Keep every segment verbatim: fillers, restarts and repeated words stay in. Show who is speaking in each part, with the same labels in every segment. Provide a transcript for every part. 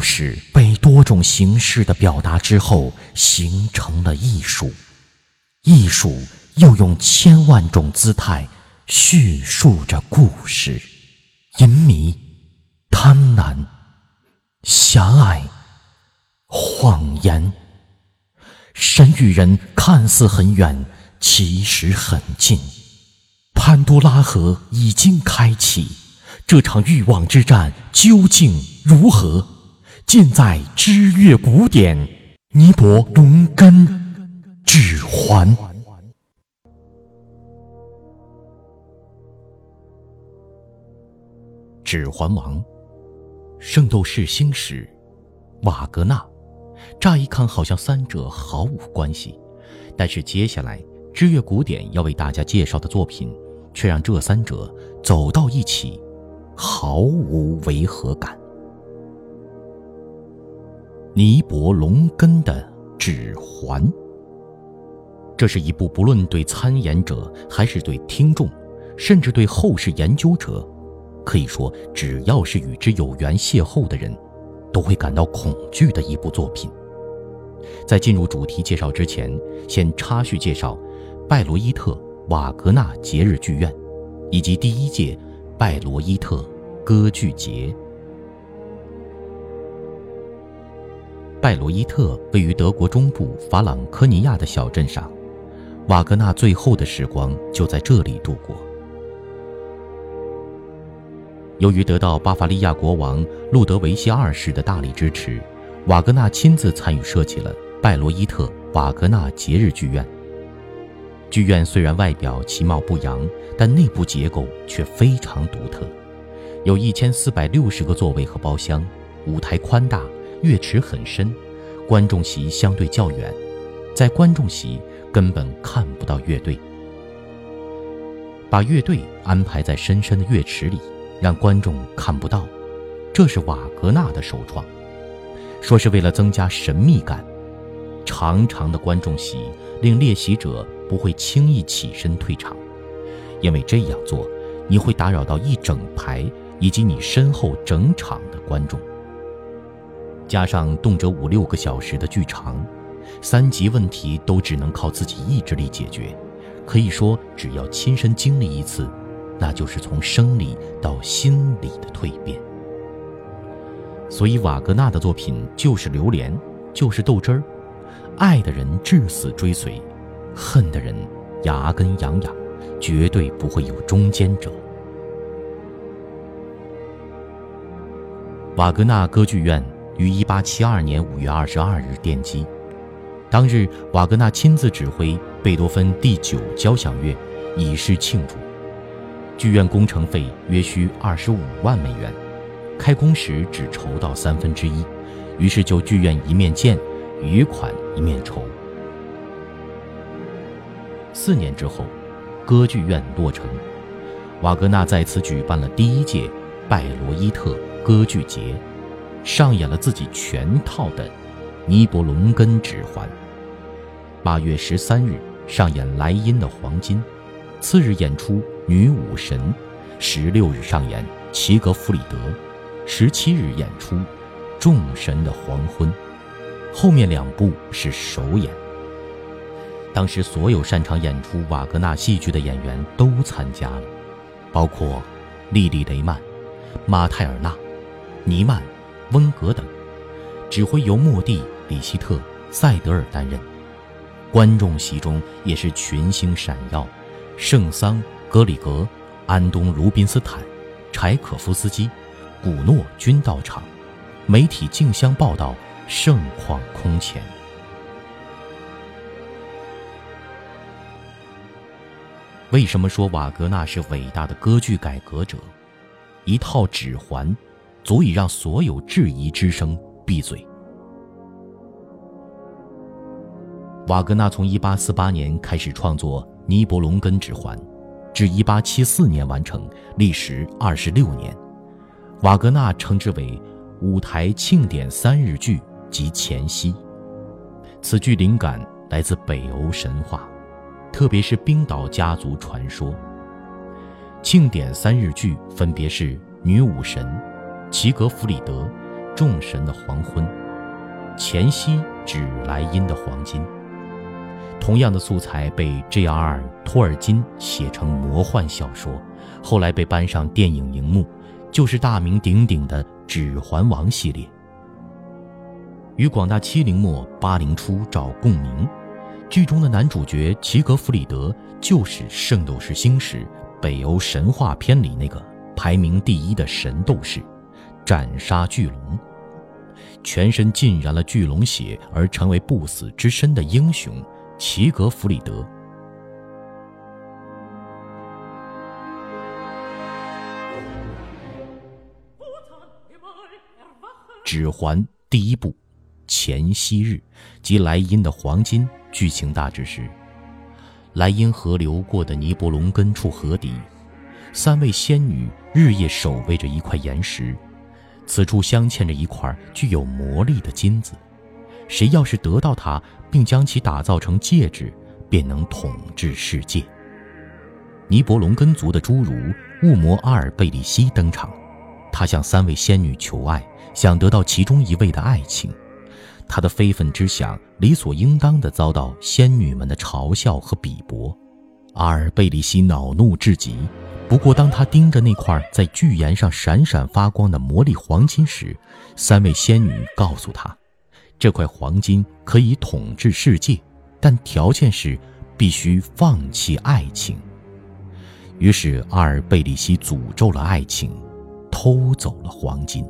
Speaker 1: 事被多种形式的表达之后，形成了艺术。艺术又用千万种姿态叙述着故事，淫迷、贪婪、狭隘、谎言。神与人看似很远，其实很近。潘多拉河已经开启，这场欲望之战究竟如何？尽在知乐古典尼泊龙根指环。指环王，圣斗士星矢，瓦格纳。乍一看好像三者毫无关系，但是接下来知乐古典要为大家介绍的作品却让这三者走到一起，毫无违和感。尼泊龙根的指环，这是一部不论对参演者还是对听众，甚至对后世研究者，可以说只要是与之有缘邂逅的人，都会感到恐惧的一部作品。在进入主题介绍之前，先插叙介绍拜罗伊特瓦格纳节日剧院以及第一届拜罗伊特歌剧节。拜罗伊特位于德国中部法朗科尼亚的小镇上，瓦格纳最后的时光就在这里度过。由于得到巴伐利亚国王路德维希二世的大力支持，瓦格纳亲自参与设计了拜罗伊特瓦格纳节日剧院。剧院虽然外表其貌不扬，但内部结构却非常独特，有一千四百六十个座位和包厢，舞台宽大，乐池很深，观众席相对较远，在观众席根本看不到乐队。把乐队安排在深深的乐池里，让观众看不到，这是瓦格纳的首创。说是为了增加神秘感，长长的观众席令列席者不会轻易起身退场，因为这样做你会打扰到一整排以及你身后整场的观众。加上动辄五六个小时的剧长，三级问题都只能靠自己意志力解决，可以说只要亲身经历一次，那就是从生理到心理的蜕变。所以瓦格纳的作品就是流连，就是斗争儿，爱的人至死追随，恨的人牙根痒痒，绝对不会有中间者。瓦格纳歌剧院于一八七二年五月二十二日奠基，当日瓦格纳亲自指挥贝多芬第九交响乐，以示庆祝。剧院工程费约需二十五万美元，开工时只筹到三分之一，于是就剧院一面建，余款一面筹。四年之后，歌剧院落成，瓦格纳在此举办了第一届拜罗伊特歌剧节，上演了自己全套的《尼泊龙根指环》。八月十三日上演莱茵的黄金，次日演出女武神，十六日上演齐格弗里德，十七日演出众神的黄昏，后面两部是首演。当时所有擅长演出瓦格纳戏剧的演员都参加了，包括莉莉雷曼、马泰尔纳、尼曼、温格等，指挥由莫蒂、里希特、塞德尔担任。观众席中也是群星闪耀，圣桑、格里格、安东·卢宾斯坦、柴可夫斯基、古诺均到场，媒体竞相报道，盛况空前。为什么说瓦格纳是伟大的歌剧改革者？一套指环足以让所有质疑之声闭嘴。瓦格纳从一八四八年开始创作《尼泊龙根指环》，至一八七四年完成，历时二十六年。瓦格纳称之为舞台庆典三日剧及前夕。此剧灵感来自北欧神话，特别是冰岛家族传说。庆典三日剧分别是女武神、齐格弗里德、 众神的黄昏，前夕指莱茵的黄金。同样的素材被 J R R 托尔金写成魔幻小说，后来被搬上电影荧幕，就是大名鼎鼎的《指环王》系列。与广大七零末八零初找共鸣，剧中的男主角齐格弗里德就是《圣斗士星矢》北欧神话片里那个排名第一的神斗士，斩杀巨龙，全身浸染了巨龙血而成为不死之身的英雄齐格弗里德。指环第一部前夕日及莱茵的黄金，剧情大致是：莱茵河流过的尼伯龙根处河底，三位仙女日夜守卫着一块岩石，此处镶嵌着一块具有魔力的金子，谁要是得到它并将其打造成戒指，便能统治世界。尼伯龙根族的侏儒雾魔阿尔贝里希登场，他向三位仙女求爱，想得到其中一位的爱情。他的非分之想理所应当地遭到仙女们的嘲笑和鄙薄，阿尔贝里希恼怒至极。不过当他盯着那块在巨岩上闪闪发光的魔力黄金时，三位仙女告诉他，这块黄金可以统治世界，但条件是必须放弃爱情。于是阿尔贝里希诅咒了爱情，偷走了黄金。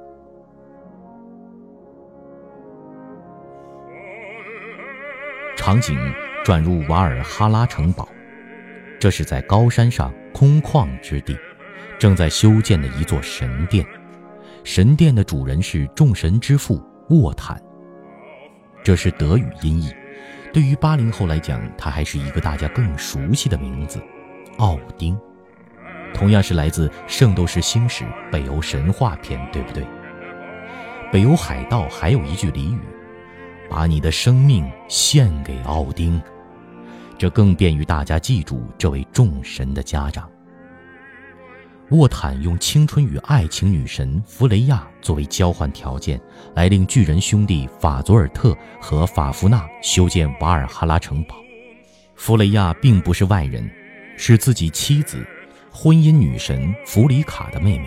Speaker 1: 场景转入瓦尔哈拉城堡，这是在高山上空旷之地，正在修建的一座神殿。神殿的主人是众神之父沃坦，这是德语音译。对于八零后来讲，他还是一个大家更熟悉的名字——奥丁。同样是来自《圣斗士星矢》北欧神话篇，对不对？北欧海盗还有一句俚语，把你的生命献给奥丁，这更便于大家记住这位众神的家长。沃坦用青春与爱情女神弗雷亚作为交换条件，来令巨人兄弟法佐尔特和法夫纳修建瓦尔哈拉城堡。弗雷亚并不是外人，是自己妻子婚姻女神弗里卡的妹妹。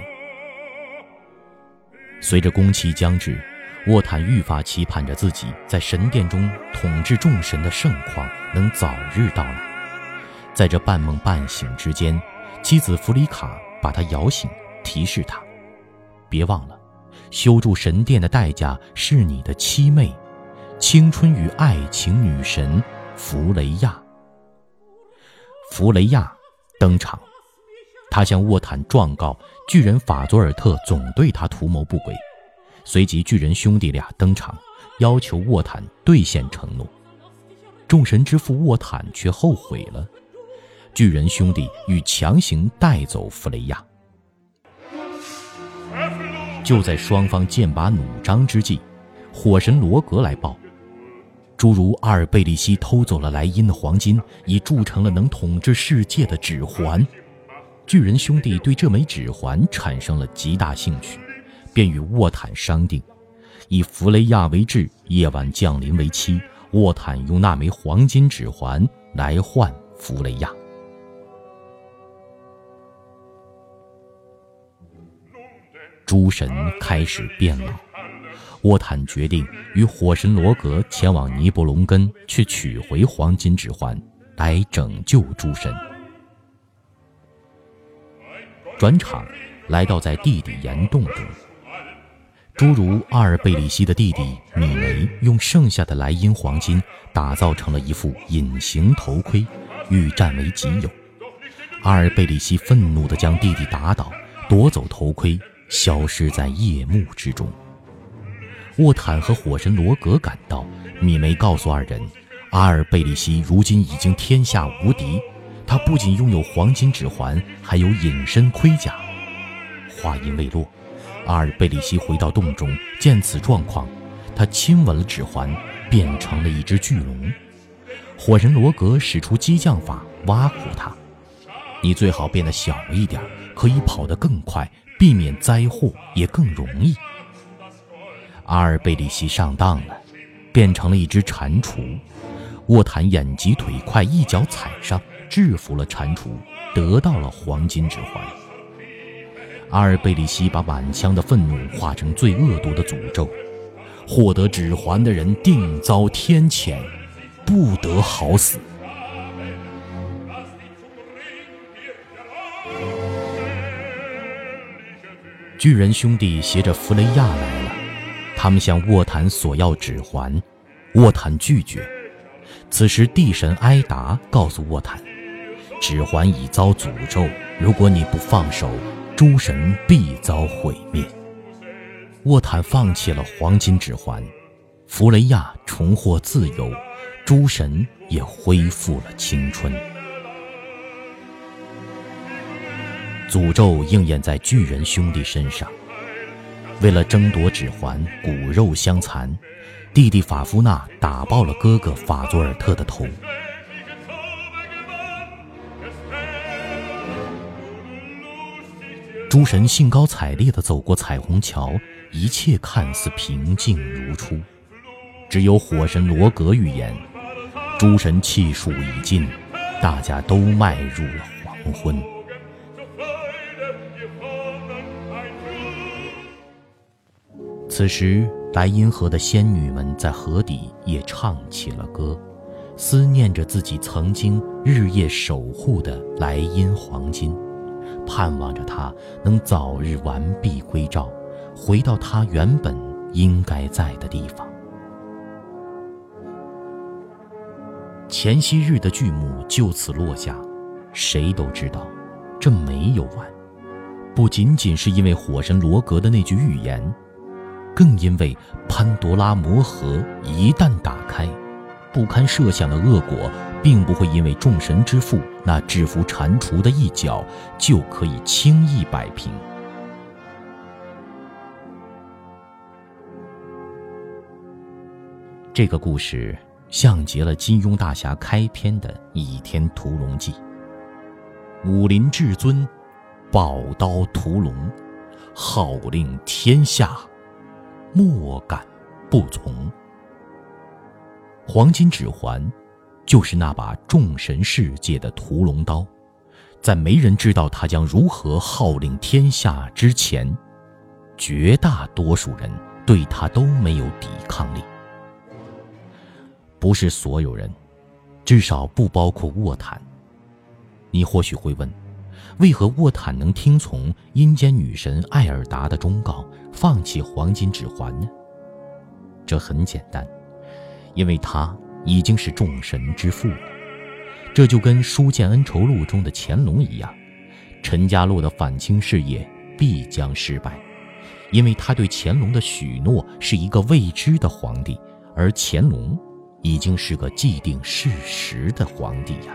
Speaker 1: 随着工期将至，沃坦愈发期盼着自己在神殿中统治众神的盛况能早日到来。在这半梦半醒之间，妻子弗里卡把他摇醒，提示他，别忘了，修筑神殿的代价是你的妻妹，青春与爱情女神弗雷亚。弗雷亚登场，他向沃坦状告巨人法佐尔特总对他图谋不轨。随即巨人兄弟俩登场，要求沃坦兑现承诺。众神之父沃坦却后悔了，巨人兄弟欲强行带走弗雷亚。就在双方剑拔弩张之际，火神罗格来报，诸如阿尔贝里希偷走了莱茵的黄金，已铸成了能统治世界的指环。巨人兄弟对这枚指环产生了极大兴趣，便与沃坦商定，以弗雷亚为质，夜晚降临为期，沃坦用那枚黄金指环来换弗雷亚。诸神开始变老，沃坦决定与火神罗格前往尼伯龙根去取回黄金指环，来拯救诸神。转场来到在地底岩洞中，诸如阿尔贝里希的弟弟米梅用剩下的莱茵黄金打造成了一副隐形头盔，欲占为己有。阿尔贝里希愤怒地将弟弟打倒，夺走头盔，消失在夜幕之中。沃坦和火神罗格赶到，米梅告诉二人，阿尔贝里希如今已经天下无敌，他不仅拥有黄金指环，还有隐身盔甲。话音未落，阿尔贝里希回到洞中，见此状况，他亲吻了指环，变成了一只巨龙。火神罗格使出激将法挖苦他，你最好变得小一点，可以跑得更快，避免灾祸也更容易。 阿尔贝里希上当了，变成了一只蟾蜍。沃坦眼疾腿快，一脚踩上，制服了蟾蜍，得到了黄金指环。阿尔贝里希把满腔的愤怒化成最恶毒的诅咒，获得指环的人定遭天谴，不得好死。巨人兄弟携着弗雷亚来了，他们向沃坦索要指环，沃坦拒绝。此时地神埃达告诉沃坦，指环已遭诅咒，如果你不放手，诸神必遭毁灭。沃坦放弃了黄金指环，弗雷亚重获自由，诸神也恢复了青春。诅咒应验在巨人兄弟身上，为了争夺指环，骨肉相残，弟弟法夫纳打爆了哥哥法佐尔特的头。诸神兴高采烈地走过彩虹桥，一切看似平静如初。只有火神罗格预言，诸神气数已尽，大家都迈入了黄昏。此时莱茵河的仙女们在河底也唱起了歌，思念着自己曾经日夜守护的莱茵黄金，盼望着它能早日完璧归赵，回到它原本应该在的地方。前夕日的剧幕就此落下，谁都知道这没有完，不仅仅是因为火神罗格的那句预言，更因为潘多拉魔盒一旦打开，不堪设想的恶果并不会因为众神之父那制服蟾蜍的一脚就可以轻易摆平。这个故事像极了金庸大侠开篇的《倚天屠龙记》，武林至尊宝刀屠龙，号令天下莫敢不从。黄金指环就是那把众神世界的屠龙刀，在没人知道它将如何号令天下之前，绝大多数人对它都没有抵抗力。不是所有人，至少不包括沃坦。你或许会问，为何沃坦能听从阴间女神艾尔达的忠告，放弃黄金指环呢？这很简单，因为他已经是众神之父了。这就跟《书剑恩仇录》中的乾隆一样，陈家洛的反清事业必将失败，因为他对乾隆的许诺是一个未知的皇帝，而乾隆已经是个既定事实的皇帝呀。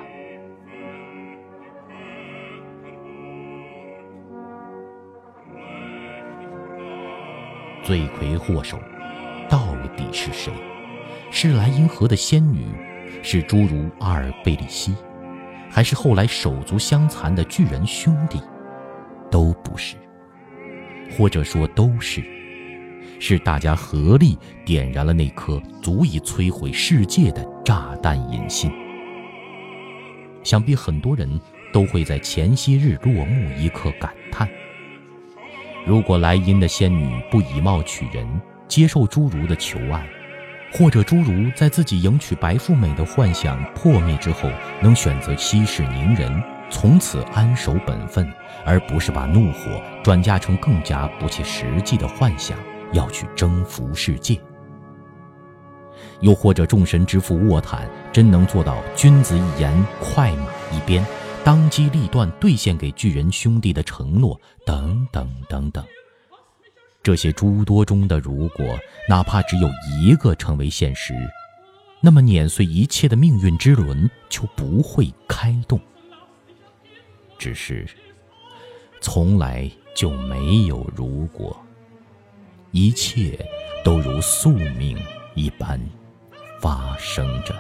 Speaker 1: 罪魁祸首到底是谁？是莱茵河的仙女，是诸如阿尔贝里希，还是后来手足相残的巨人兄弟？都不是，或者说都是，是大家合力点燃了那颗足以摧毁世界的炸弹引信。想必很多人都会在前夕日落幕一刻感叹，如果莱茵的仙女不以貌取人，接受侏儒的求爱，或者侏儒在自己迎娶白富美的幻想破灭之后，能选择息事宁人，从此安守本分，而不是把怒火转嫁成更加不切实际的幻想，要去征服世界。又或者众神之父沃坦真能做到君子一言，快马一鞭，当机立断兑现给巨人兄弟的承诺，等等等等。这些诸多中的如果，哪怕只有一个成为现实，那么碾碎一切的命运之轮就不会开动。只是从来就没有如果，一切都如宿命一般发生着。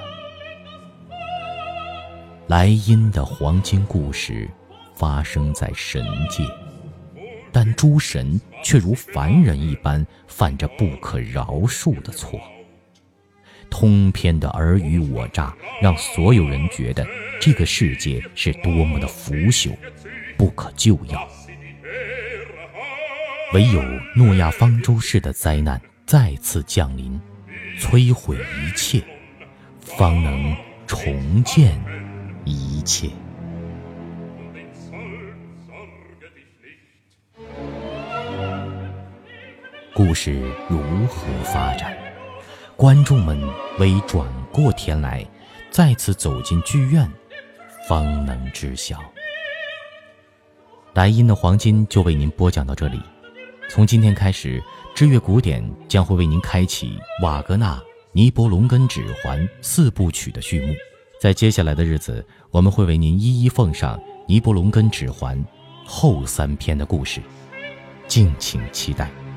Speaker 1: 莱茵的黄金故事发生在神界，但诸神却如凡人一般犯着不可饶恕的错。通篇的尔虞我诈，让所有人觉得这个世界是多么的腐朽，不可救药。唯有诺亚方舟式的灾难再次降临，摧毁一切，方能重建一切。故事如何发展，观众们唯转过天来，再次走进剧院，方能知晓。莱茵的黄金就为您播讲到这里。从今天开始，知乐古典将会为您开启瓦格纳《尼伯龙根指环》四部曲的序幕。在接下来的日子，我们会为您一一奉上《尼伯龙根指环》后三篇的故事，敬请期待。